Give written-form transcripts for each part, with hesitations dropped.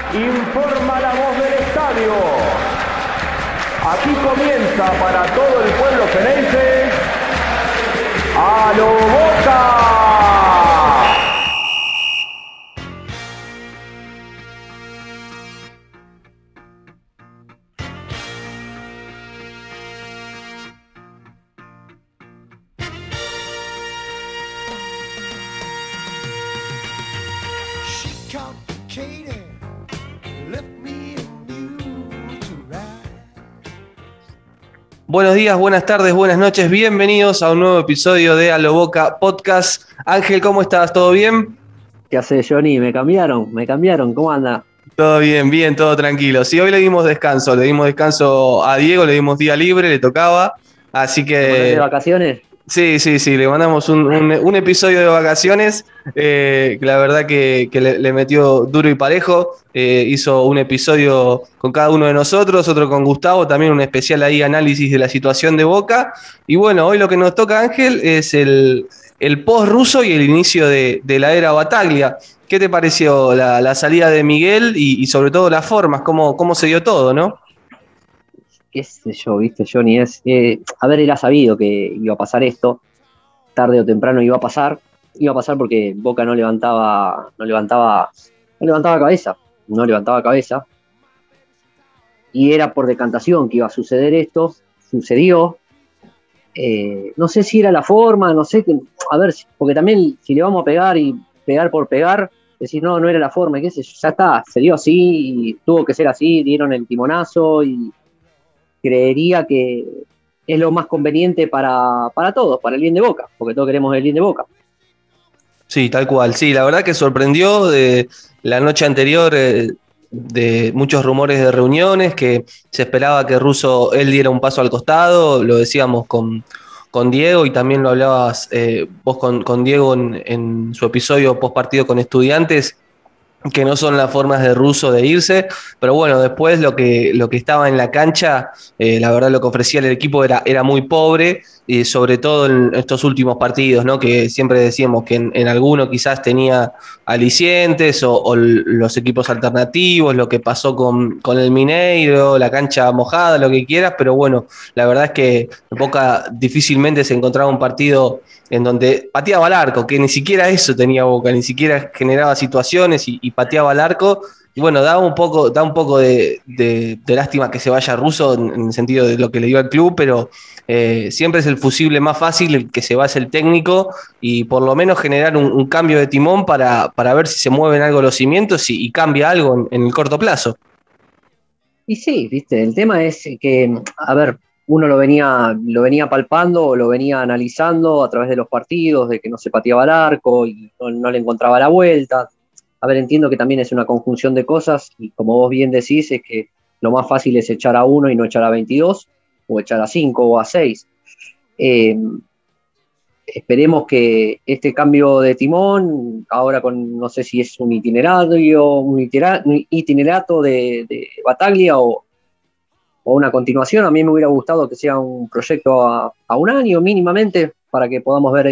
Informa la voz del estadio. Aquí comienza para todo el pueblo xenense ¡A lo Boca! Buenos días, buenas tardes, buenas noches, bienvenidos a un nuevo episodio de A lo Boca Podcast. Ángel, ¿cómo estás? ¿Todo bien? ¿Qué haces, Johnny? Me cambiaron, ¿cómo anda? Todo bien, todo tranquilo. Sí, hoy le dimos descanso a Diego, le dimos día libre, le tocaba, así que... ¿De vacaciones? Sí, le mandamos un episodio de vacaciones, que la verdad que le metió duro y parejo, hizo un episodio con cada uno de nosotros, otro con Gustavo, también un especial ahí análisis de la situación de Boca, y bueno, hoy lo que nos toca, Ángel, es el post-ruso y el inicio de la era Bataglia. ¿Qué te pareció la salida de Miguel y sobre todo las formas, cómo se dio todo, no? Qué sé yo, viste, Johnny, era sabido que iba a pasar esto, tarde o temprano iba a pasar porque Boca no levantaba cabeza, y era por decantación que iba a suceder esto, sucedió, no sé si era la forma, no sé, porque también si le vamos a pegar y pegar por pegar, decir no era la forma, y qué sé yo, ya está, se dio así, y tuvo que ser así, dieron el timonazo, y creería que es lo más conveniente para todos, para el bien de Boca, porque todos queremos el bien de Boca. Sí, tal cual. Sí, la verdad que sorprendió de la noche anterior, de muchos rumores de reuniones, que se esperaba que Russo él diera un paso al costado, lo decíamos con Diego y también lo hablabas vos con Diego en su episodio post partido con Estudiantes, que no son las formas de Russo de irse, pero bueno, después lo que estaba en la cancha, la verdad lo que ofrecía el equipo era muy pobre, y sobre todo en estos últimos partidos, ¿no? Que siempre decíamos que en alguno quizás tenía alicientes o los equipos alternativos, lo que pasó con el Mineiro, la cancha mojada, lo que quieras, pero bueno, la verdad es que Boca difícilmente se encontraba un partido en donde pateaba al arco, que ni siquiera eso tenía Boca, ni siquiera generaba situaciones y pateaba al arco. Y bueno, da un poco de lástima que se vaya Russo en el sentido de lo que le dio al club, pero siempre es el fusible más fácil el que se va es el técnico y por lo menos generar un cambio de timón para ver si se mueven algo los cimientos y cambia algo en el corto plazo. Y sí, viste, el tema es que, uno lo venía palpando o lo venía analizando a través de los partidos, de que no se pateaba al arco y no le encontraba la vuelta. Entiendo que también es una conjunción de cosas y como vos bien decís, es que lo más fácil es echar a uno y no echar a 22, o echar a 5 o a 6. Esperemos que este cambio de timón, ahora no sé si es un itinerato de Bataglia o una continuación. A mí me hubiera gustado que sea un proyecto a un año mínimamente para que podamos ver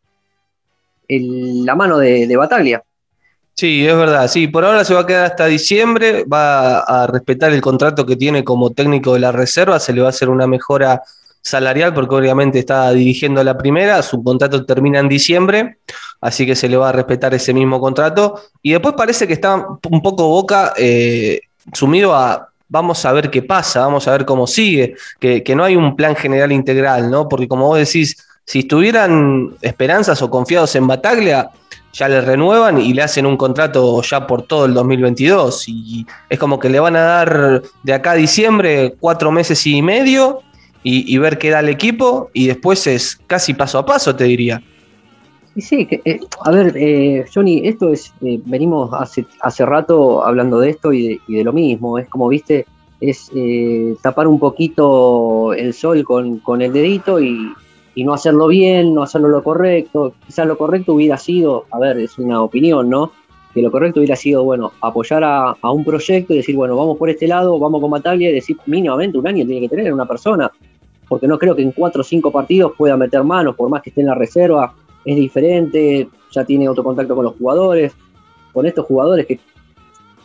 la mano de Bataglia. Sí, es verdad, sí, por ahora se va a quedar hasta diciembre, va a respetar el contrato que tiene como técnico de la reserva, se le va a hacer una mejora salarial porque obviamente está dirigiendo la primera, su contrato termina en diciembre, así que se le va a respetar ese mismo contrato y después parece que está un poco Boca sumido a vamos a ver qué pasa, vamos a ver cómo sigue, que no hay un plan general integral, ¿no? Porque como vos decís, si estuvieran esperanzas o confiados en Bataglia, ya le renuevan y le hacen un contrato ya por todo el 2022 y es como que le van a dar de acá a diciembre 4 meses y medio y ver qué da el equipo y después es casi paso a paso, te diría. Y sí, Johnny, esto es, venimos hace rato hablando de esto y de lo mismo, es como viste, es tapar un poquito el sol con el dedito y no hacerlo bien, no hacerlo lo correcto. Quizás lo correcto hubiera sido, es una opinión, ¿no? Que lo correcto hubiera sido, bueno, apoyar a un proyecto y decir, bueno, vamos por este lado, vamos con Bataglia y decir mínimamente un año tiene que tener una persona, porque no creo que en 4 o 5 partidos pueda meter manos, por más que esté en la reserva, es diferente, ya tiene otro contacto con los jugadores, con estos jugadores que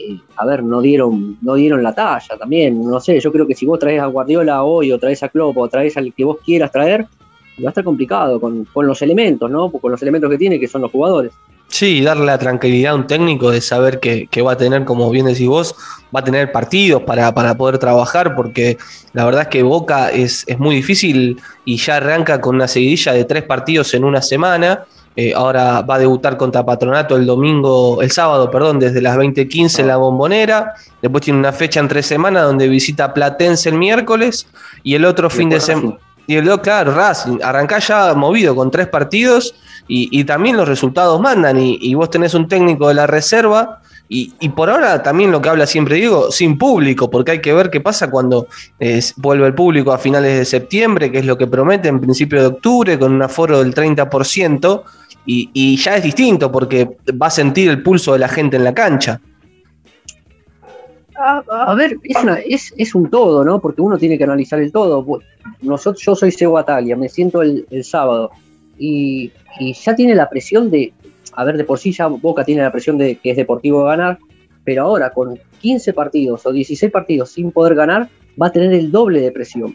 a ver, no dieron la talla también. No sé, yo creo que si vos traes a Guardiola hoy, o traes a Klopp, o traes al que vos quieras traer, va a estar complicado con los elementos, ¿no? Con los elementos que tiene, que son los jugadores. Sí, darle la tranquilidad a un técnico de saber que va a tener, como bien decís vos, va a tener partidos para poder trabajar, porque la verdad es que Boca es muy difícil y ya arranca con una seguidilla de 3 partidos en una semana. Ahora va a debutar contra Patronato el sábado, desde las 20:15 en la Bombonera. Después tiene una fecha en 3 semanas donde visita Platense el miércoles y el otro fin de semana. Claro, Racing, arrancá ya movido con 3 partidos y también los resultados mandan y vos tenés un técnico de la reserva y por ahora también lo que habla siempre Diego, sin público, porque hay que ver qué pasa cuando vuelve el público a finales de septiembre, que es lo que promete en principio de octubre, con un aforo del 30%, y ya es distinto porque va a sentir el pulso de la gente en la cancha. A ver, es un todo, ¿no? Porque uno tiene que analizar el todo. Yo soy Sebo Atalia, me siento el sábado y ya tiene la presión de, a ver, de por sí ya Boca tiene la presión de que es deportivo ganar, pero ahora con 15 partidos o 16 partidos sin poder ganar, va a tener el doble de presión.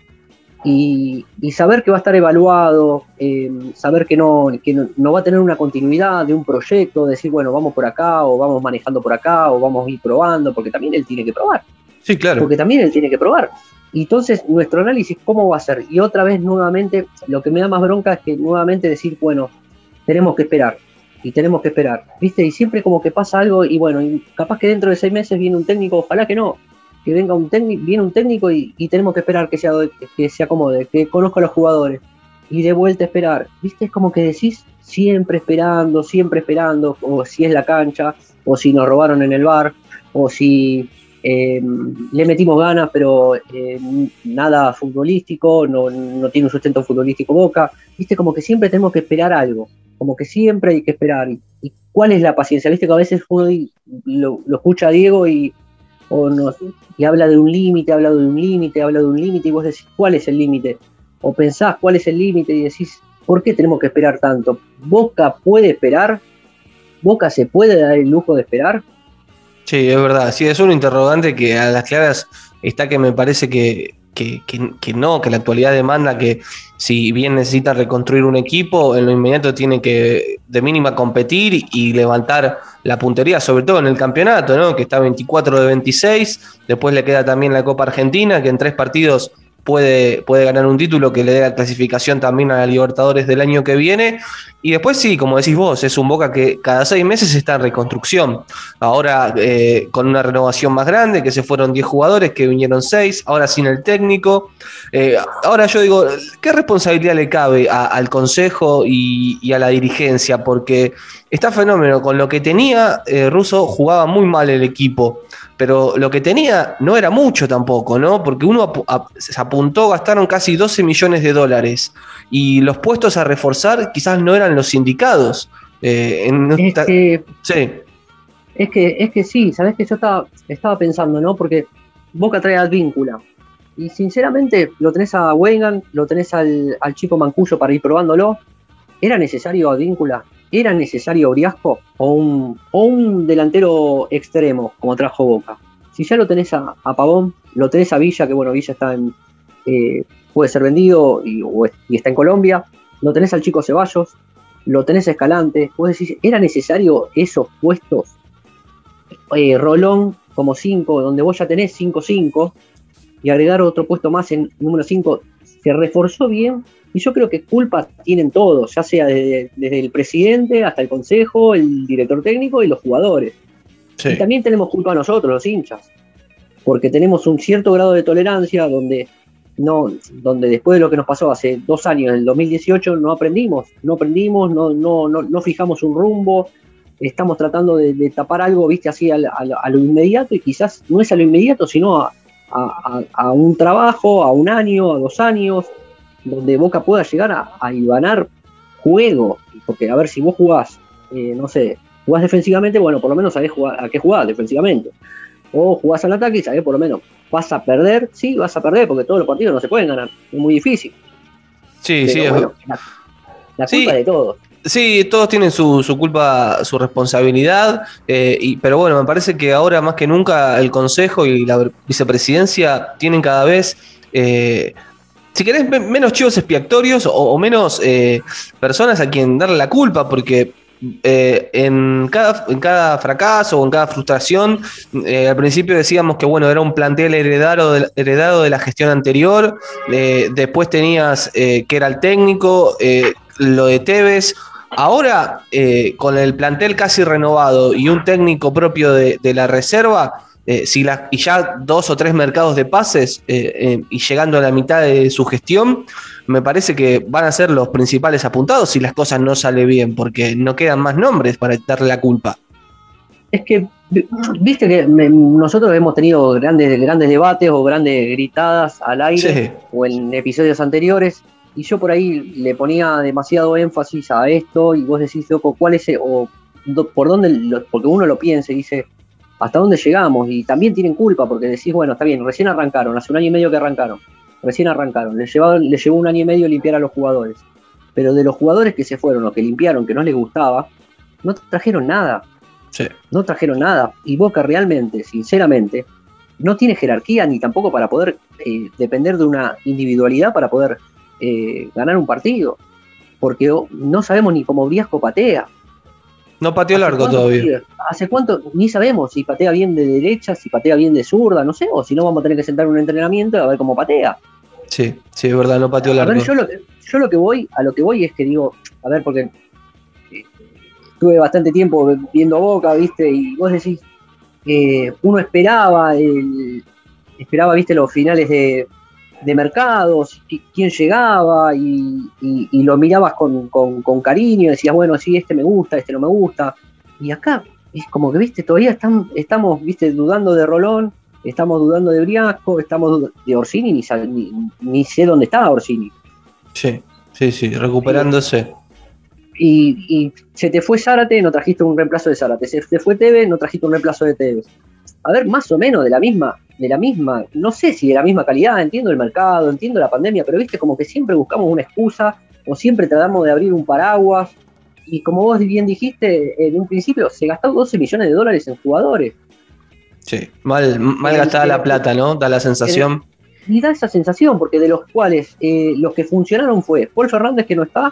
Y saber que va a estar evaluado, saber que no va a tener una continuidad de un proyecto, decir, bueno, vamos por acá, o vamos manejando por acá, o vamos a ir probando, porque también él tiene que probar. Sí, claro. Porque también él tiene que probar. Y entonces, nuestro análisis, ¿cómo va a ser? Y otra vez, nuevamente, lo que me da más bronca es que nuevamente decir, bueno, tenemos que esperar, y tenemos que esperar, ¿viste? Y siempre como que pasa algo, y bueno, y capaz que dentro de 6 meses viene un técnico, ojalá que no, que venga viene un técnico y tenemos que esperar que se acomode, que conozca a los jugadores y de vuelta esperar, ¿viste? Es como que decís siempre esperando, o si es la cancha, o si nos robaron en el bar, o si le metimos ganas, pero nada futbolístico, no tiene un sustento futbolístico Boca, ¿viste? Como que siempre tenemos que esperar algo, como que siempre hay que esperar. ¿Y cuál es la paciencia? ¿Viste? Que a veces uno lo escucha a Diego y habla de un límite, y vos decís, ¿cuál es el límite? O pensás, ¿cuál es el límite? Y decís, ¿por qué tenemos que esperar tanto? ¿Boca puede esperar? ¿Boca se puede dar el lujo de esperar? Sí, es verdad. Sí, es un interrogante que a las claras está, que me parece que no, que la actualidad demanda que si bien necesita reconstruir un equipo, en lo inmediato tiene que de mínima competir y levantar la puntería, sobre todo en el campeonato, ¿no? Que está 24 de 26, después le queda también la Copa Argentina, que en 3 partidos puede ganar un título que le dé la clasificación también a la Libertadores del año que viene. Y después sí, como decís vos, es un Boca que cada 6 meses está en reconstrucción. Ahora con una renovación más grande, que se fueron 10 jugadores, que vinieron 6, ahora sin el técnico. Ahora yo digo, ¿qué responsabilidad le cabe al Consejo y a la dirigencia? Porque está fenómeno, con lo que tenía Russo jugaba muy mal el equipo, pero lo que tenía no era mucho tampoco, ¿no? Porque uno se apuntó, gastaron casi 12 millones de dólares y los puestos a reforzar quizás no eran los indicados. Sí. Es que sí, sabés que yo estaba pensando, ¿no? Porque Boca trae a Advíncula y sinceramente lo tenés a Weigand, lo tenés al chico Mancuso para ir probándolo. ¿Era necesario Advíncula? ¿Era necesario Briasco o un delantero extremo como trajo Boca? Si ya lo tenés a Pavón, lo tenés a Villa, que bueno, Villa está puede ser vendido y está en Colombia, lo tenés al chico Ceballos, lo tenés a Escalante, vos decís, ¿era necesario esos puestos? Rolón como 5, donde vos ya tenés 5-5, y agregar otro puesto más en número 5, se reforzó bien. Y yo creo que culpa tienen todos, ya sea desde el presidente hasta el consejo, el director técnico y los jugadores. Sí. Y también tenemos culpa nosotros, los hinchas, porque tenemos un cierto grado de tolerancia donde después de lo que nos pasó hace 2 años, en el 2018, no aprendimos, no fijamos un rumbo, estamos tratando de tapar algo, viste, así a lo inmediato, y quizás no es a lo inmediato, sino a un trabajo, a 1 año, a 2 años, donde Boca pueda llegar a hilvanar juego, porque a ver, si vos jugás, no sé, jugás defensivamente, bueno, por lo menos sabés a qué jugás defensivamente, o jugás al ataque y sabés por lo menos, ¿vas a perder? Sí, vas a perder, porque todos los partidos no se pueden ganar, es muy difícil. Sí, pero sí, bueno, la culpa de todos. Sí, todos tienen su culpa, su responsabilidad, pero bueno, me parece que ahora más que nunca el Consejo y la vicepresidencia tienen cada vez, si querés, menos chivos expiatorios o menos personas a quien darle la culpa, porque en cada fracaso o en cada frustración, al principio decíamos que bueno, era un plantel heredado de la gestión anterior, después tenías que era el técnico, lo de Tevez. Ahora, con el plantel casi renovado y un técnico propio de la reserva, y ya 2 o 3 mercados de pases y llegando a la mitad de su gestión, me parece que van a ser los principales apuntados si las cosas no salen bien, porque no quedan más nombres para darle la culpa. Es que, viste que nosotros hemos tenido grandes debates o grandes gritadas al aire, sí, o en episodios anteriores, y yo por ahí le ponía demasiado énfasis a esto, y vos decís, loco, ¿cuál es por dónde? Porque uno lo piensa y dice, ¿hasta dónde llegamos? Y también tienen culpa, porque decís, bueno, está bien, recién arrancaron, hace 1 año y medio que arrancaron, les llevó 1 año y medio limpiar a los jugadores, pero de los jugadores que se fueron o que limpiaron, que no les gustaba, no trajeron nada. Sí. No trajeron nada, y Boca realmente, sinceramente, no tiene jerarquía ni tampoco para poder depender de una individualidad para poder ganar un partido, porque no sabemos ni cómo Briasco patea. No pateó largo todavía. ¿Hace cuánto? Ni sabemos si patea bien de derecha, si patea bien de zurda, no sé, o si no vamos a tener que sentar un entrenamiento a ver cómo patea. Sí, es verdad, no pateó largo. A ver, yo lo que voy es que digo, a ver, porque tuve bastante tiempo viendo Boca, ¿viste? Y vos decís, uno esperaba, viste, los finales de mercados, quién llegaba, y lo mirabas con cariño, decías, bueno, sí, este me gusta, este no me gusta. Y acá es como que, viste, todavía estamos, viste, dudando de Rolón, estamos dudando de Briasco, estamos de Orsini, ni sé dónde estaba Orsini. Sí, recuperándose. Y se te fue Zárate, no trajiste un reemplazo de Zárate. Se te fue Tevez, no trajiste un reemplazo de Tevez. A ver, más o menos de la misma, no sé si de la misma calidad, entiendo el mercado, entiendo la pandemia, pero viste, como que siempre buscamos una excusa o siempre tratamos de abrir un paraguas. Y como vos bien dijiste en un principio, se gastó $12 millones en jugadores. Sí, mal gastada la plata, ¿no? Da la sensación. Y da esa sensación, porque de los cuales los que funcionaron fue Paul Fernández, que no está,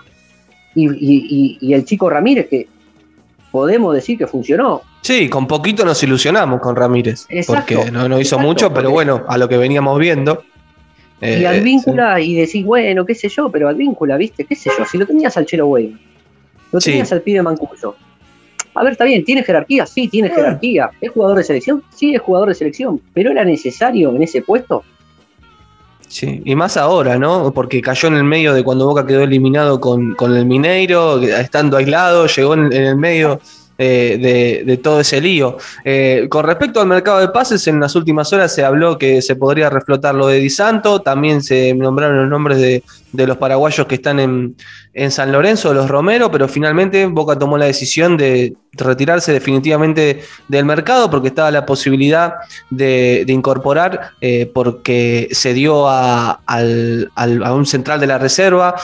y el chico Ramírez, que podemos decir que funcionó. Sí, con poquito nos ilusionamos con Ramírez. Exacto, porque no hizo mucho, pero bueno, a lo que veníamos viendo. Y Advíncula, sí. Y decís, bueno, qué sé yo, pero Advíncula, viste, qué sé yo, si lo tenías al Chelo Wayne, lo tenías al pibe Mancuso. A ver, está bien, ¿tiene jerarquía? Sí, tiene jerarquía. ¿Es jugador de selección? Sí, es jugador de selección. ¿Pero era necesario en ese puesto? Sí, y más ahora, ¿no? Porque cayó en el medio de cuando Boca quedó eliminado con el Mineiro, estando aislado, llegó en el medio de todo ese lío. Con respecto al mercado de pases, en las últimas horas se habló que se podría reflotar lo de Di Santo, también se nombraron los nombres de los paraguayos que están en San Lorenzo, de los Romero, pero finalmente Boca tomó la decisión de retirarse definitivamente del mercado porque estaba la posibilidad de incorporar, porque se dio a un central de la reserva,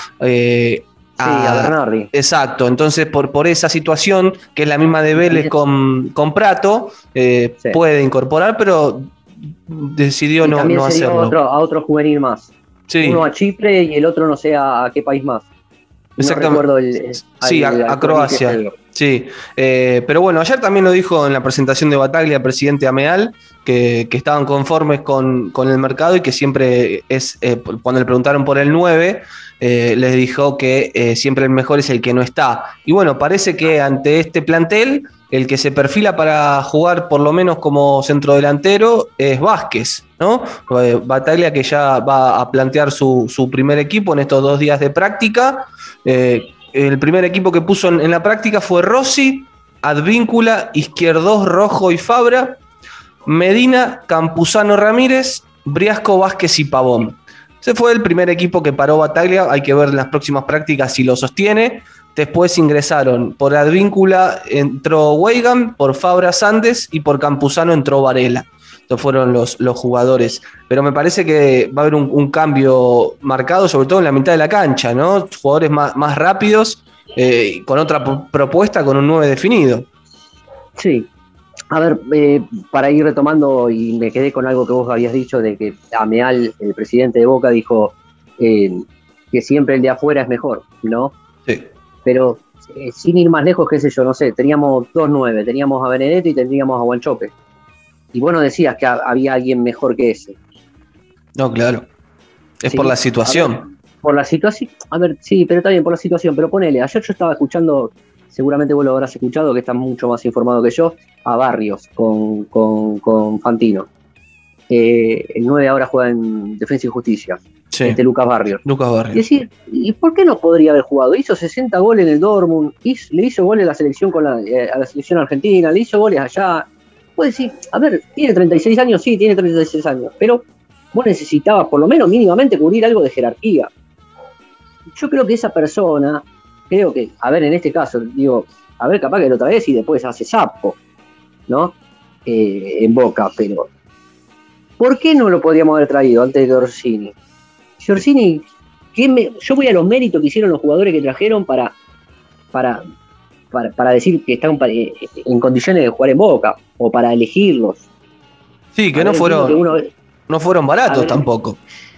a Bernardi. Exacto, entonces por esa situación, que es la misma de Vélez con Prato, sí, puede incorporar, pero decidió no hacerlo. A otro juvenil más. Sí. Uno a Chipre y el otro no sé a qué país más. Exactamente. No recuerdo a Croacia. Sí, pero bueno, ayer también lo dijo en la presentación de Bataglia el presidente Ameal, que estaban conformes con el mercado y que siempre cuando le preguntaron por el 9, les dijo que siempre el mejor es el que no está. Y bueno, parece que ante este plantel, el que se perfila para jugar por lo menos como centrodelantero es Vázquez, ¿no? Bataglia, que ya va a plantear su primer equipo en estos 2 días de práctica. El primer equipo que puso en la práctica fue Rossi, Advíncula, Izquierdos, Rojo y Fabra, Medina, Campuzano, Ramírez, Briasco, Vázquez y Pavón. Ese fue el primer equipo que paró Bataglia. Hay que ver en las próximas prácticas si lo sostiene. Después ingresaron por Advíncula, entró Weigand, por Fabra Sandes y por Campuzano entró Varela. Estos fueron los jugadores. Pero me parece que va a haber un cambio marcado, sobre todo en la mitad de la cancha, ¿no? Jugadores más rápidos con otra propuesta, con un 9 definido. Sí. A ver, para ir retomando, y me quedé con algo que vos habías dicho, de que Ameal, el presidente de Boca, dijo que siempre el de afuera es mejor, ¿no? Sí. Pero sin ir más lejos, qué sé yo, no sé, teníamos 2-9, teníamos a Benedetto y tendríamos a Wanchope. Y vos no decías que había alguien mejor que ese. No, claro. Es Sí, por la situación. A ver, por la situación, a ver, sí, pero está bien, por la situación, pero ponele, ayer yo estaba escuchando, seguramente vos lo habrás escuchado, que estás mucho más informado que yo, a Barrios con Fantino. El 9 ahora juega en Defensa y Justicia, Sí. Lucas Barrios. Lucas Y Barrios. decir, ¿y por qué no podría haber jugado? Hizo 60 goles en el Dortmund, le hizo goles a la selección a la selección argentina, le hizo goles allá. Puedes decir, a ver, tiene 36 años, sí, tiene 36 años, pero vos necesitabas por lo menos mínimamente cubrir algo de jerarquía. Yo creo que esa persona, creo que, a ver, en este caso, digo, a ver, capaz que lo traes y después hace sapo, ¿no? En Boca, pero ¿por qué no lo podríamos haber traído antes de Orsini? Si Orsini, yo voy a los méritos que hicieron los jugadores que trajeron para decir que están en condiciones de jugar en Boca, o para elegirlos. Sí, que A no ver, fueron, no fueron baratos ver, tampoco.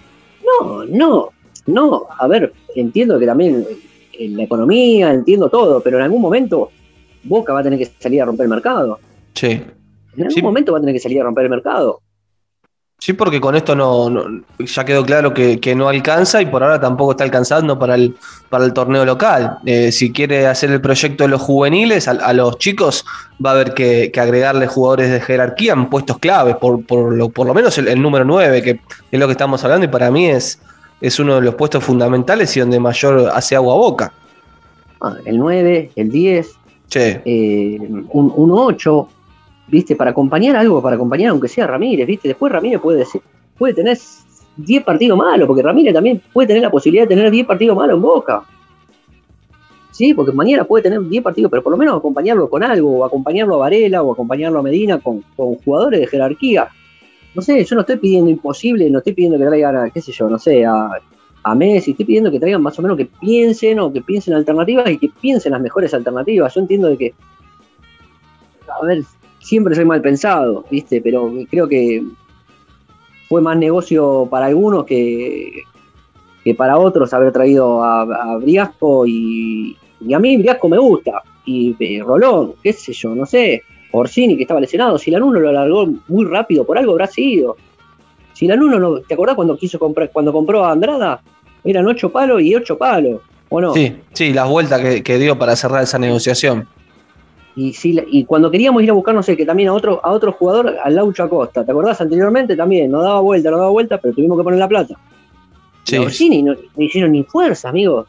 No, a ver, entiendo que también en la economía, entiendo todo, pero en algún momento Boca va a tener que salir a romper el mercado. Sí. En algún Sí. momento va a tener que salir a romper el mercado. Sí, porque con esto ya quedó claro que no alcanza y por ahora tampoco está alcanzando para el torneo local. Si quiere hacer el proyecto de los juveniles, a los chicos va a haber que agregarle jugadores de jerarquía en puestos claves, por lo menos el número 9, que es lo que estamos hablando, y para mí es uno de los puestos fundamentales y donde mayor hace agua a Boca. El 9, el 10, Sí. un 8, ¿viste? Para acompañar aunque sea Ramírez, ¿viste? Después Ramírez puede tener 10 partidos malos, porque Ramírez también puede tener la posibilidad de tener 10 partidos malos en Boca. Sí, porque mañana puede tener 10 partidos, pero por lo menos acompañarlo con algo, o acompañarlo a Varela, o acompañarlo a Medina con jugadores de jerarquía. No sé, yo no estoy pidiendo imposible, no estoy pidiendo que traigan, qué sé yo, no sé, a Messi, estoy pidiendo que traigan más o menos que piensen alternativas y que piensen las mejores alternativas. Yo entiendo de que, a ver, siempre soy mal pensado, ¿viste? Pero creo que fue más negocio para algunos que para otros haber traído a Briasco, y a mí Briasco me gusta, y Rolón, qué sé yo, no sé, Orsini, que estaba lesionado, si Lanús lo alargó muy rápido, por algo habrá sido. Si Lanús no, ¿te acordás cuando compró a Andrada? Eran 8 palos y 8 palos, ¿o no? Sí, las vueltas que dio para cerrar esa negociación. Y cuando queríamos ir a buscar, no sé, que también a otro jugador, al Laucho Acosta, ¿te acordás? Anteriormente también, no daba vuelta, pero tuvimos que poner la plata. Sí. Orsini no hicieron ni fuerza, amigo.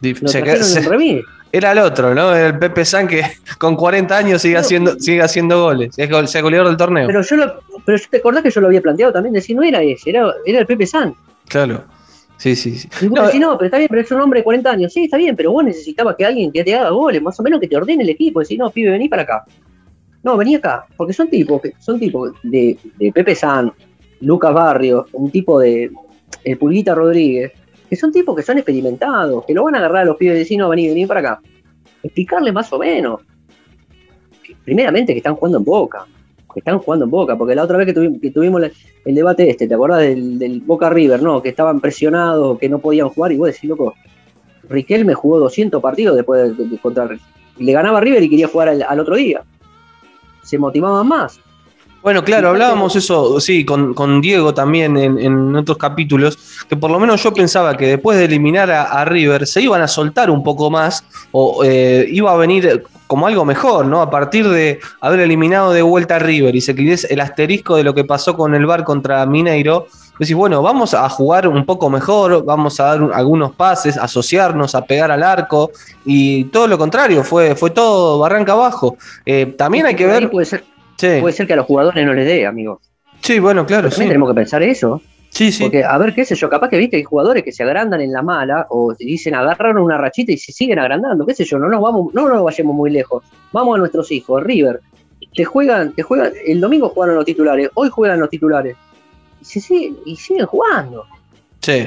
Era el otro, ¿no? El Pepe San, que con 40 años sigue haciendo goles. Es el goleador del torneo. Pero yo te acordás que yo lo había planteado también, decir, no era ese, era el Pepe San. Claro. Sí. Y vos decís, no, pero está bien, pero es un hombre de 40 años. Sí, está bien, pero vos necesitabas que alguien que te haga goles, más o menos que te ordene el equipo. Decís, no, pibe, vení para acá. No, vení acá. Porque son tipos de Pepe San, Lucas Barrios, un tipo de el Pulguita Rodríguez, que son tipos que son experimentados, que lo van a agarrar a los pibes y decir, no, vení para acá. Explicarles más o menos. Primeramente que están jugando en Boca. Porque la otra vez que tuvimos el debate ¿te acordás del Boca River? No, que estaban presionados, que no podían jugar, y vos decís, loco, Riquelme jugó 200 partidos después de contra le ganaba a River y quería jugar al otro día. Se motivaban más. Bueno, claro, hablábamos eso, sí, con Diego también en otros capítulos, que por lo menos yo pensaba que después de eliminar a River se iban a soltar un poco más, o iba a venir como algo mejor, ¿no? A partir de haber eliminado de vuelta a River y se quitó el asterisco de lo que pasó con el VAR contra Mineiro, decís, bueno, vamos a jugar un poco mejor, vamos a dar algunos pases, a asociarnos, a pegar al arco, y todo lo contrario, fue todo barranca abajo. También hay que ver... Puede ser que a los jugadores no les dé, amigo. Sí, bueno, claro. También tenemos que pensar eso. Sí. Porque, a ver, qué sé yo, capaz que viste, hay jugadores que se agrandan en la mala, o dicen agarraron una rachita y se siguen agrandando, qué sé yo, no nos vayamos muy lejos. Vamos a nuestros hijos, River. Te juegan, el domingo jugaron los titulares, hoy juegan los titulares. Y siguen jugando. Sí.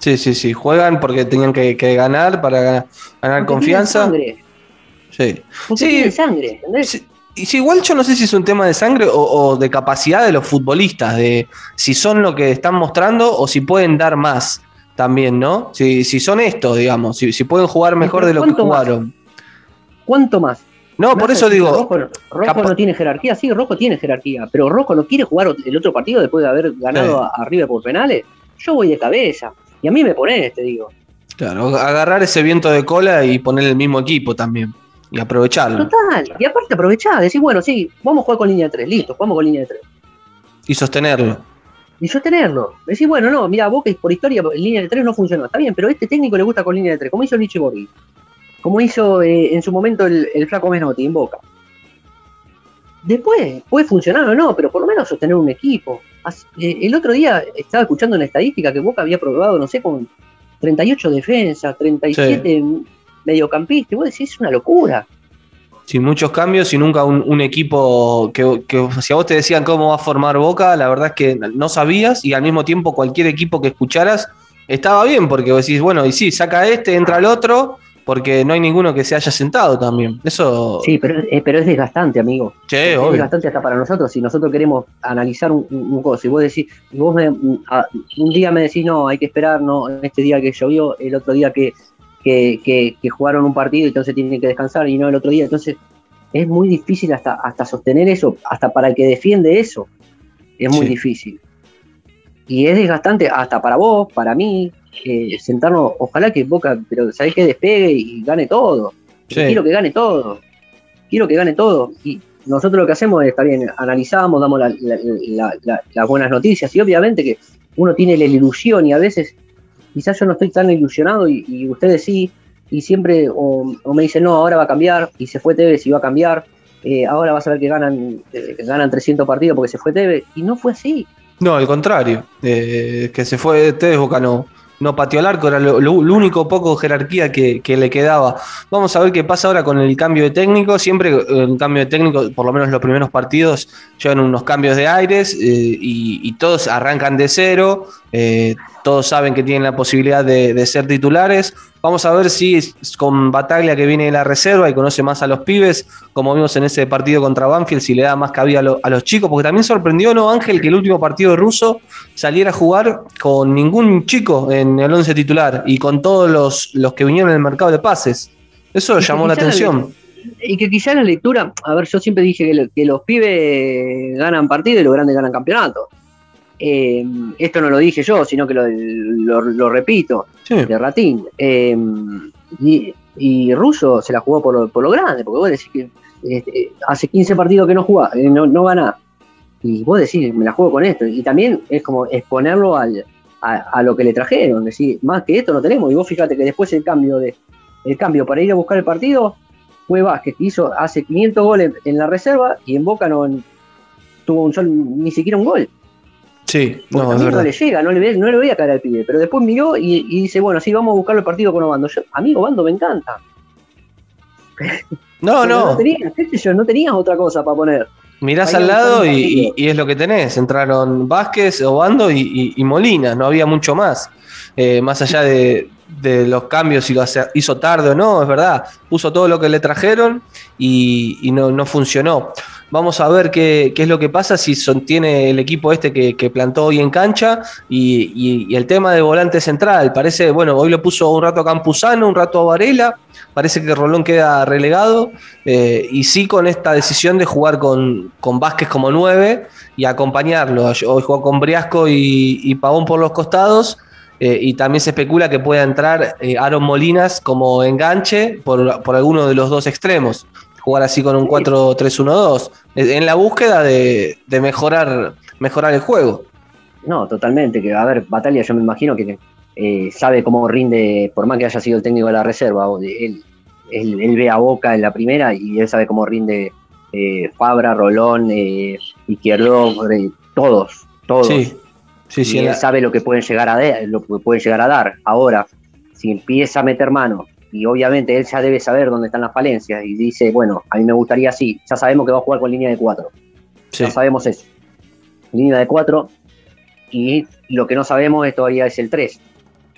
Sí, juegan porque tenían que ganar para ganar Porque confianza. Tienen sangre. Sí. Porque Sí, tienen sangre, ¿entendés? sí, y sí, igual yo no sé si es un tema de sangre o de capacidad de los futbolistas, de si son lo que están mostrando o si pueden dar más también, ¿no? Si son estos, digamos, si pueden jugar mejor Pero de lo que ¿cuánto más? jugaron. ¿Cuánto más? No, Me por vas a eso decir que digo, Rojo no tiene jerarquía. Sí, Rojo tiene jerarquía, pero Rojo no quiere jugar el otro partido después de haber ganado a River por penales. Yo voy de cabeza. Y a mí me pones, te digo. claro, agarrar ese viento de cola y poner el mismo equipo también y aprovecharlo Total. Y aparte aprovechá, decís, bueno, sí, vamos a jugar con línea de 3, listo, jugamos con línea de 3. y sostenerlo. Y sostenerlo. Decís, bueno, no, mira, Boca por historia en línea de 3 no funcionó. Está bien, pero a este técnico le gusta con línea de 3, como hizo Lichi Borghi. Como hizo en su momento el Flaco Menotti en Boca. Después, puede funcionar o no, pero por lo menos sostener un equipo. El otro día estaba escuchando una estadística que Boca había probado, no sé, con 38 defensas, 37 mediocampistas. Y vos decís, es una locura. Sin muchos cambios y nunca un equipo que si a vos te decían cómo va a formar Boca, la verdad es que no sabías y al mismo tiempo cualquier equipo que escucharas estaba bien porque vos decís, bueno, y sí, saca este, entra el otro, porque no hay ninguno que se haya sentado también. Eso... Sí, pero es desgastante, amigo. Sí, Es obvio. desgastante hasta para nosotros. Si nosotros queremos analizar un coso y vos decís, un día me decís, no, hay que esperar, no, este día que llovió, el otro día que jugaron un partido y entonces tienen que descansar y no el otro día. Entonces es muy difícil hasta sostener eso, hasta para el que defiende eso. Es muy difícil. Y es desgastante hasta para vos, para mí, sentarnos, ojalá que Boca, pero sabés que despegue y gane todo. Quiero que gane todo. Quiero que gane todo. Y nosotros lo que hacemos es, está bien, analizamos, damos las buenas noticias y obviamente que uno tiene la ilusión y a veces quizás yo no estoy tan ilusionado y ustedes sí, y siempre o me dicen, no, ahora va a cambiar, y se fue Tevez y va a cambiar, ahora vas a ver que ganan 300 partidos porque se fue Tevez, y no fue así. No, al contrario, que se fue Tevez, Boca no pateó al arco, era lo único poco jerarquía que le quedaba. Vamos a ver qué pasa ahora con el cambio de técnico. Siempre un cambio de técnico, por lo menos los primeros partidos, llevan unos cambios de aires y todos arrancan de cero. Todos saben que tienen la posibilidad de ser titulares. Vamos a ver si con Bataglia, que viene de la reserva y conoce más a los pibes, como vimos en ese partido contra Banfield, si le da más cabida a los chicos, porque también sorprendió, ¿no, Ángel, que el último partido de Russo saliera a jugar con ningún chico en el 11 titular y con todos los que vinieron en el mercado de pases? Eso llamó la atención. Y que quizás la lectura, a ver, yo siempre dije que los pibes ganan partido y los grandes ganan campeonato. Esto no lo dije yo, sino que lo repito, de Ratín. Y Russo se la jugó por lo grande, porque vos decís que hace 15 partidos que no juega, no gana. Y vos decís, me la juego con esto. Y también es como exponerlo a lo que le trajeron, decir, más que esto no tenemos. Y vos fíjate que después el cambio para ir a buscar el partido fue Vázquez, que hace 500 goles en la reserva y en Boca no tuvo ni siquiera un gol. Sí, no le llega, no le voy a caer al pibe, pero después miró y dice, bueno, sí, vamos a buscar el partido con Obando. Amigo, Obando me encanta. No tenías otra cosa para poner. Mirás al lado y es lo que tenés. Entraron Vázquez, Obando y Molina, no había mucho más. Más allá de los cambios, si lo hizo tarde o no, es verdad. Puso todo lo que le trajeron y no funcionó. Vamos a ver qué es lo que pasa si tiene el equipo que plantó hoy en cancha y el tema de volante central. Parece, bueno, hoy lo puso un rato a Campuzano, un rato a Varela. Parece que Rolón queda relegado y sí con esta decisión de jugar con Vázquez como 9 y acompañarlo. Hoy jugó con Briasco y Pavón por los costados. Y también se especula que pueda entrar Aaron Molinas como enganche por alguno de los dos extremos. Jugar así con un 4-3-1-2, en la búsqueda de mejorar el juego. No, totalmente, que a ver, Bataglia yo me imagino que sabe cómo rinde, por más que haya sido el técnico de la reserva, él ve a Boca en la primera y él sabe cómo rinde Fabra, Rolón, Izquierdo, todos. Sí, él sabe lo que pueden llegar a dar. Ahora, si empieza a meter mano, y obviamente él ya debe saber dónde están las falencias y dice, bueno, a mí me gustaría así, ya sabemos que va a jugar con línea de 4. Ya sabemos eso. Línea de 4 y lo que no sabemos todavía es el 3.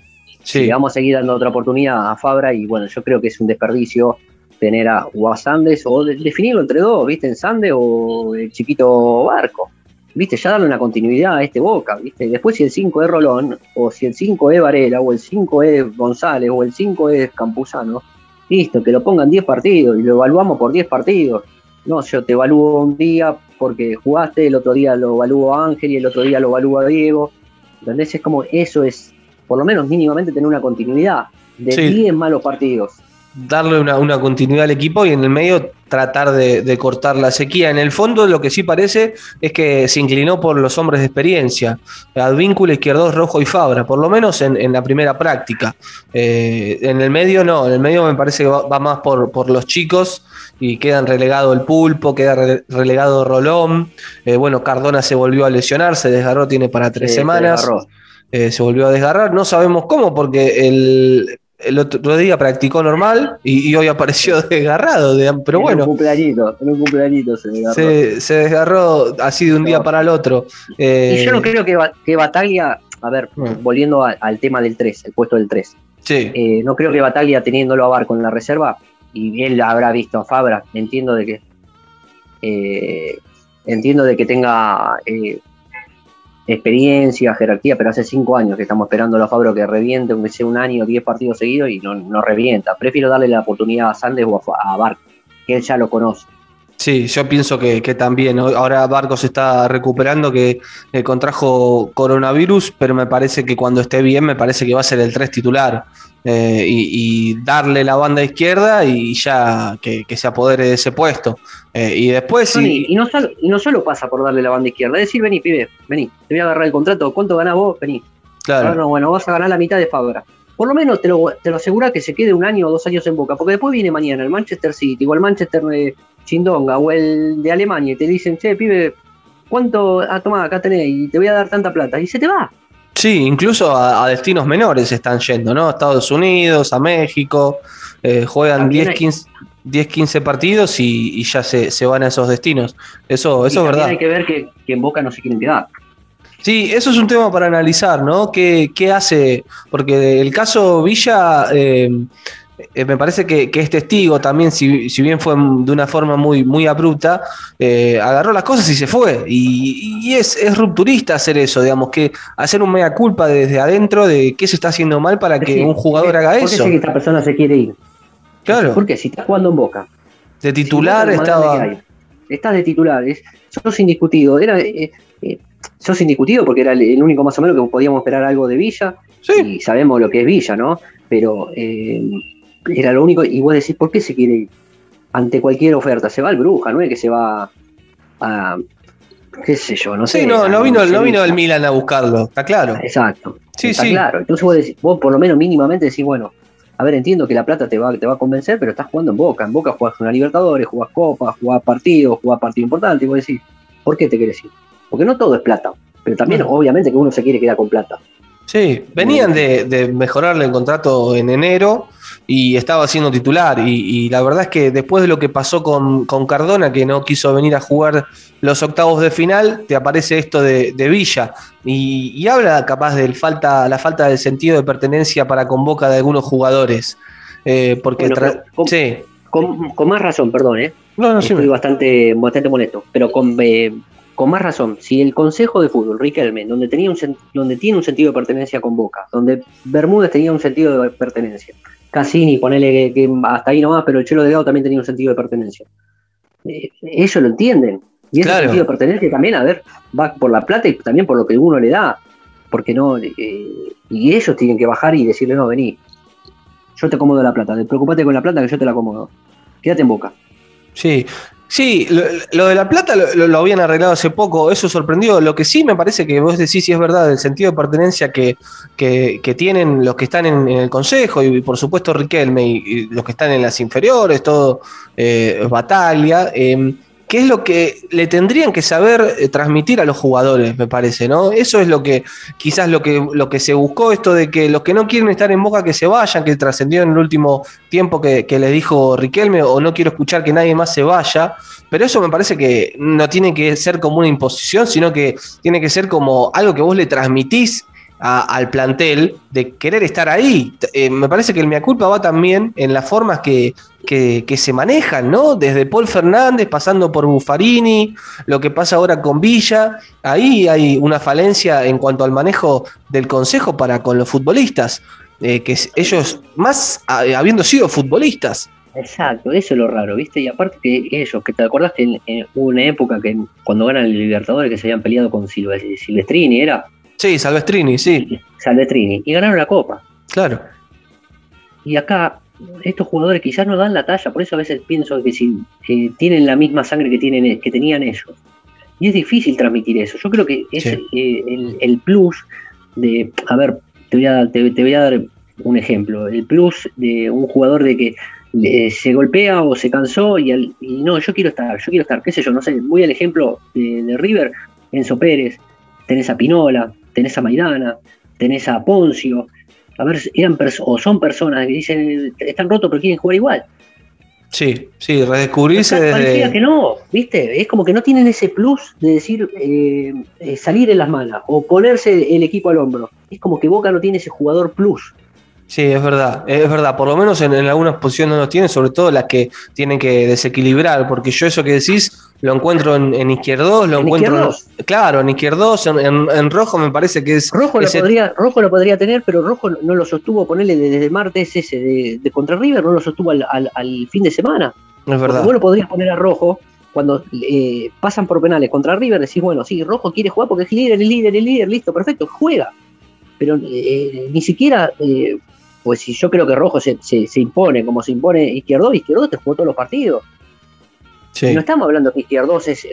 Sí. Y le vamos a seguir dando otra oportunidad a Fabra, y bueno, yo creo que es un desperdicio tener o a Sandes, o definirlo entre dos, ¿viste? En Sandes o el chiquito Barco, ¿viste? Ya darle una continuidad a este Boca, ¿viste? Después si el 5 es Rolón, o si el 5 es Varela, o el 5 es González, o el 5 es Campuzano, listo, que lo pongan 10 partidos y lo evaluamos por 10 partidos. No, yo te evalúo un día porque jugaste, el otro día lo evalúo a Ángel y el otro día lo evalúo a Diego. ¿Entendés? Es como, eso es, por lo menos mínimamente, tener una continuidad de 10 malos partidos. Darle una continuidad al equipo y en el medio tratar de cortar la sequía. En el fondo lo que sí parece es que se inclinó por los hombres de experiencia, Advíncula, Izquierdos, Rojo y Fabra, por lo menos en la primera práctica. En el medio no, en el medio me parece que va más por los chicos y quedan relegado el Pulpo, queda relegado Rolón. Bueno, Cardona se volvió a lesionar, se desgarró, tiene para 3 semanas. Se volvió a desgarrar, no sabemos cómo porque el otro día practicó normal y hoy apareció desgarrado, pero bueno. En un cumpleañito se desgarró. Se desgarró así de un día para el otro. Y yo no creo que Bataglia, a ver, volviendo al tema del 3, el puesto del 3. Sí. No creo que Bataglia, teniéndolo a Barco en la reserva, y él habrá visto a Fabra, entiendo de que tenga experiencia, jerarquía, pero hace 5 años que estamos esperando a Fabro que reviente, aunque sea un año, 10 partidos seguidos, y no revienta. Prefiero darle la oportunidad a Sandes o a Barco, que él ya lo conoce. Sí, yo pienso que también. Ahora Barco se está recuperando, que contrajo coronavirus, pero me parece que cuando esté bien, me parece que va a ser el 3 titular. Y darle la banda izquierda y ya que se apodere de ese puesto. Y después Tony, y no solo pasa por darle la banda izquierda, es decir, vení, pibe, vení, te voy a agarrar el contrato, ¿cuánto ganás vos? Vení. Claro. No, bueno, vas a ganar la mitad de Fabra. Por lo menos te lo asegura que se quede 1 año o 2 años en Boca, porque después viene mañana el Manchester City o el Manchester Chindonga o el de Alemania y te dicen, che, pibe, ¿cuánto? Tomá, acá tenés y te voy a dar tanta plata, y se te va. Sí, incluso a destinos menores están yendo, ¿no? A Estados Unidos, a México, juegan 10-15 partidos y ya se van a esos destinos. Eso es verdad. Hay que ver que en Boca no se quieren quedar. Sí, eso es un tema para analizar, ¿no? ¿Qué hace? Porque el caso Villa me parece que es testigo también, si bien fue de una forma muy, muy abrupta, agarró las cosas y se fue. Y es rupturista hacer eso, digamos, que hacer un mea culpa desde adentro de qué se está haciendo mal para que un jugador haga eso. ¿Por qué esta persona se quiere ir? Claro. Porque si estás jugando en Boca. De titular estaba. Estás de titular, sos indiscutido. Sos indiscutido porque era el único más o menos que podíamos esperar algo de Villa. Sí. Y sabemos lo que es Villa, ¿no? Pero era lo único. Y vos decís, ¿por qué se quiere ir? Ante cualquier oferta. Se va al Bruja, ¿no es que se va a qué sé yo, no sé. Sí, no vino del Milan a buscarlo, está claro. Exacto. Sí, está sí. claro. Entonces vos por lo menos mínimamente decís, bueno, a ver, entiendo que la plata te va a convencer, pero estás jugando en Boca. En Boca jugás una Libertadores, jugás Copas, jugás partido importante. Y vos decís, ¿por qué te querés ir? Porque no todo es plata. Pero también, obviamente, que uno se quiere quedar con plata. Sí, venían de mejorarle el contrato en enero y estaba siendo titular. Y la verdad es que después de lo que pasó con Cardona, que no quiso venir a jugar los octavos de final, te aparece esto de Villa. Y habla capaz de la falta de sentido de pertenencia para con Boca de algunos jugadores. Porque bueno, sí. Con más razón, perdón, No, estoy bastante molesto, pero con más razón, si el Consejo de Fútbol, Riquelme, donde tiene un sentido de pertenencia con Boca, donde Bermúdez tenía un sentido de pertenencia, Cassini, ponele que hasta ahí nomás, pero el Chelo Delgado también tenía un sentido de pertenencia. Ellos lo entienden. Y ese sentido de pertenencia también, a ver, va por la plata y también por lo que uno le da. Porque no, y ellos tienen que bajar y decirle, no, vení, yo te acomodo la plata, preocupate con la plata que yo te la acomodo. Quédate en Boca. Sí, lo de la plata lo habían arreglado hace poco, eso sorprendió. Lo que sí me parece que vos decís, sí es verdad, el sentido de pertenencia que tienen los que están en el Consejo y por supuesto Riquelme y los que están en las inferiores, todo Bataglia, ¿qué es lo que le tendrían que saber transmitir a los jugadores, me parece, ¿no? Eso es lo que quizás lo que se buscó, esto de que los que no quieren estar en Boca que se vayan, que trascendió en el último tiempo que les dijo Riquelme, o no quiero escuchar que nadie más se vaya, pero eso me parece que no tiene que ser como una imposición, sino que tiene que ser como algo que vos le transmitís al plantel de querer estar ahí. Me parece que el mea culpa va también en las formas que se manejan, ¿no? Desde Paul Fernández, pasando por Buffarini, lo que pasa ahora con Villa. Ahí hay una falencia en cuanto al manejo del consejo para con los futbolistas, ellos, más habiendo sido futbolistas. Exacto, eso es lo raro, ¿viste? Y aparte que ellos, que te acordás que hubo una época que cuando ganan el Libertadores que se habían peleado con Silvestrini, ¿era? Sí, Salvestrini, sí. Salvestrini, y ganaron la Copa. Claro. Y acá, estos jugadores quizás no dan la talla, por eso a veces pienso que si tienen la misma sangre que tenían ellos. Y es difícil transmitir eso. Yo creo que es el plus de, a ver, te voy a dar un ejemplo. El plus de un jugador de que se golpea o se cansó y no, yo quiero estar, qué sé yo, no sé, voy al ejemplo de River, Enzo Pérez, tenés a Pinola, tenés a Maidana, tenés a Poncio, a ver, o son personas que dicen, están rotos pero quieren jugar igual. Sí, redescubrirse parecía que no, ¿viste? Es como que no tienen ese plus de decir salir en las malas o ponerse el equipo al hombro. Es como que Boca no tiene ese jugador plus. Sí, es verdad, por lo menos en algunas posiciones no los tienen, sobre todo las que tienen que desequilibrar, porque yo eso que decís lo encuentro en Izquierdos, lo encuentro claro, en Izquierdos, en Rojo me parece que es... Rojo lo podría tener, pero Rojo no lo sostuvo, ponerle desde el martes ese de contra River, no lo sostuvo al fin de semana. Es verdad. Porque vos lo podrías poner a Rojo cuando pasan por penales contra River, decís, bueno, sí, Rojo quiere jugar porque es el líder, listo, perfecto, juega. Pero ni siquiera... pues si yo creo que Rojo se impone, como se impone Izquierdos te jugó todos los partidos. Sí. No estamos hablando que Izquierdos es...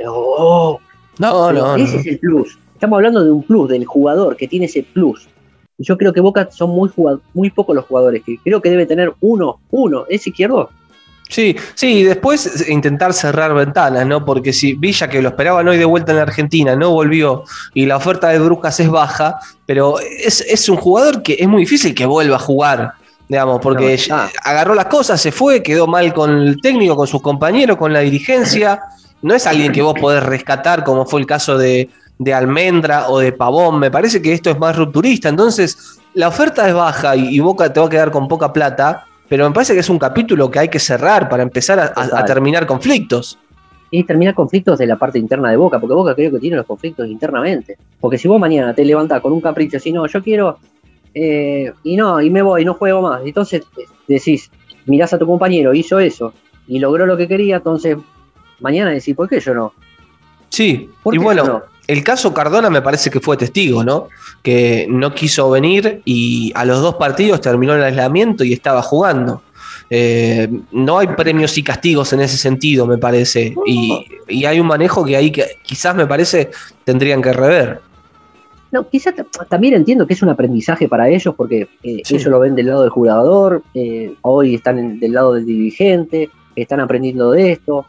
No. Ese es el plus. Estamos hablando de un plus, del jugador que tiene ese plus. Yo creo que Boca son muy pocos los jugadores, que creo que debe tener uno, es Izquierdos. Sí, y después intentar cerrar ventanas, ¿no? Porque si Villa, que lo esperaban hoy de vuelta en la Argentina, no volvió y la oferta de Brujas es baja, pero es un jugador que es muy difícil que vuelva a jugar, digamos, porque agarró las cosas, se fue, quedó mal con el técnico, con sus compañeros, con la dirigencia. No es alguien que vos podés rescatar, como fue el caso de Almendra o de Pavón. Me parece que esto es más rupturista. Entonces, la oferta es baja y Boca te va a quedar con poca plata. Pero me parece que es un capítulo que hay que cerrar para empezar a terminar conflictos. Y terminar conflictos de la parte interna de Boca, porque Boca creo que tiene los conflictos internamente. Porque si vos mañana te levantás con un capricho, si no, yo quiero, y me voy, no juego más. Entonces decís, mirás a tu compañero, hizo eso, y logró lo que quería, entonces mañana decís, ¿por qué yo no? Sí, y bueno, no? El caso Cardona me parece que fue testigo, ¿no? Que no quiso venir y a los 2 partidos terminó el aislamiento y estaba jugando. No hay premios y castigos en ese sentido, me parece. Y hay un manejo que ahí quizás me parece tendrían que rever. No, quizás también entiendo que es un aprendizaje para ellos porque ellos lo ven del lado del jugador, hoy están del lado del dirigente, están aprendiendo de esto.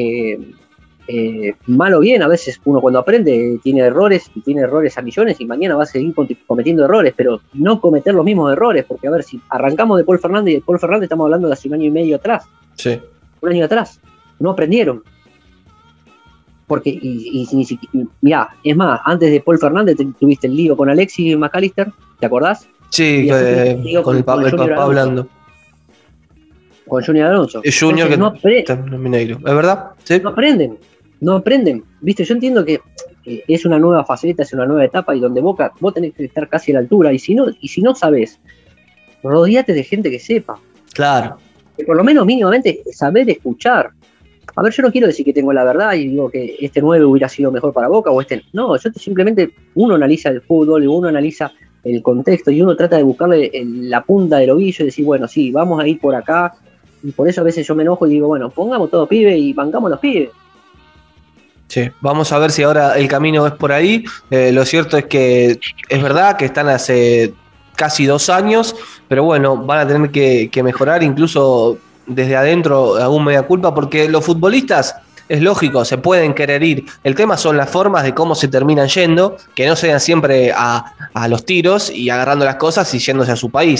Mal o bien, a veces uno cuando aprende tiene errores y tiene errores a millones y mañana va a seguir cometiendo errores, pero no cometer los mismos errores, porque a ver, si arrancamos de Paul Fernández, y de Paul Fernández estamos hablando de hace un año y medio atrás. Sí. Un año atrás. No aprendieron. Porque, mirá, es más, antes de Paul Fernández tuviste el lío con Alexis McAllister, ¿te acordás? Sí, con el papá hablando. Con Junior Alonso. El Junior que está en Mineiro, ¿es verdad? Sí. No aprenden. Viste, yo entiendo que es una nueva faceta, es una nueva etapa y donde vos tenés que estar casi a la altura. Y si no sabés, rodeate de gente que sepa. Claro. Que por lo menos mínimamente saber escuchar. A ver, yo no quiero decir que tengo la verdad y digo que este 9 hubiera sido mejor para Boca o este. No, simplemente uno analiza el fútbol y uno analiza el contexto y uno trata de buscarle la punta del ovillo y decir, bueno, sí, vamos a ir por acá. Y por eso a veces yo me enojo y digo, bueno, pongamos todo pibe y bancamos los pibes. Sí, vamos a ver si ahora el camino es por ahí. Lo cierto es que es verdad que están hace casi 2 años, pero bueno, van a tener que mejorar incluso desde adentro algún media culpa, porque los futbolistas, es lógico, se pueden querer ir. El tema son las formas de cómo se terminan yendo, que no sean siempre a los tiros y agarrando las cosas y yéndose a su país.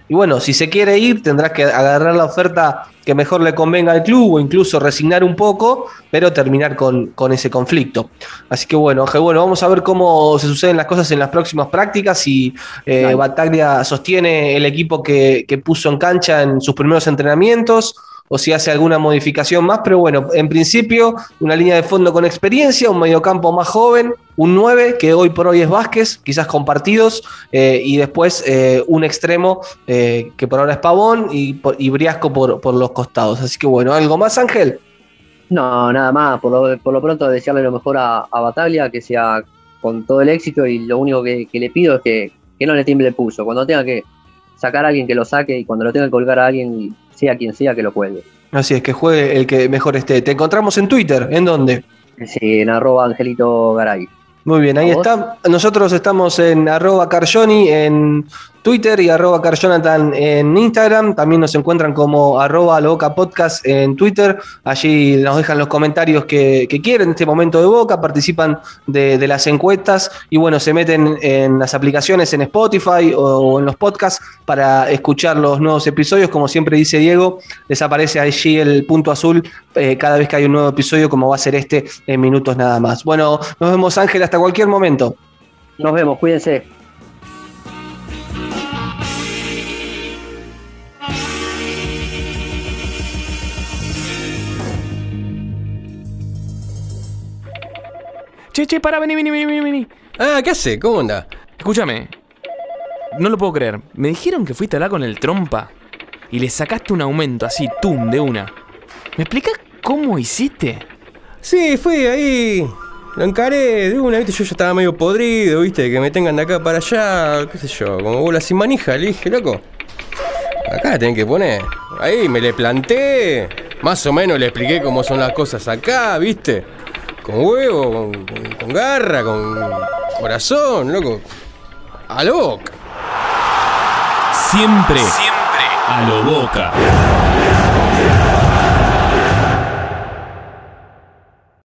Y bueno, si se quiere ir, tendrás que agarrar la oferta que mejor le convenga al club o incluso resignar un poco, pero terminar con ese conflicto. Así que bueno, vamos a ver cómo se suceden las cosas en las próximas prácticas, si Battaglia sostiene el equipo que puso en cancha en sus primeros entrenamientos, o si hace alguna modificación más, pero bueno, en principio una línea de fondo con experiencia, un mediocampo más joven, un 9 que hoy por hoy es Vázquez, quizás compartidos, y después un extremo que por ahora es Pavón y Briasco por los costados. Así que bueno, ¿algo más, Ángel? No, nada más, por lo pronto desearle lo mejor a Battaglia, que sea con todo el éxito, y lo único que le pido es que no le tiemble el pulso. Cuando tenga que sacar a alguien, que lo saque, y cuando lo tenga que colgar a alguien, sea quien sea, que lo cuelgue. Así es, que juegue el que mejor esté. Te encontramos en Twitter, ¿en dónde? Sí, en @Angelito Garay. Muy bien, ahí está. Nosotros estamos en @Carjoni en Twitter y @Carjonathan en Instagram. También nos encuentran como @LoBocaPodcast en Twitter. Allí nos dejan los comentarios que quieren en este momento de Boca, participan de las encuestas y bueno, se meten en las aplicaciones en Spotify o en los podcasts para escuchar los nuevos episodios. Como siempre dice Diego, les aparece allí el punto azul cada vez que hay un nuevo episodio, como va a ser este en minutos nada más. Bueno, nos vemos, Ángel, hasta cualquier momento. Nos vemos, cuídense. Che, para, vení. Ah, ¿qué hace? ¿Cómo anda? Escúchame. No lo puedo creer. Me dijeron que fuiste a hablar con el Trompa y le sacaste un aumento así, tum, de una. ¿Me explicás cómo hiciste? Sí, fui ahí. Lo encaré de una, viste, yo ya estaba medio podrido, viste, que me tengan de acá para allá, qué sé yo, como bola sin manija. Le dije, loco, acá la tienen que poner. Ahí me le planté, más o menos le expliqué cómo son las cosas acá, viste. Con huevo, con garra, con corazón, loco. A lo Boca. Siempre a lo Boca.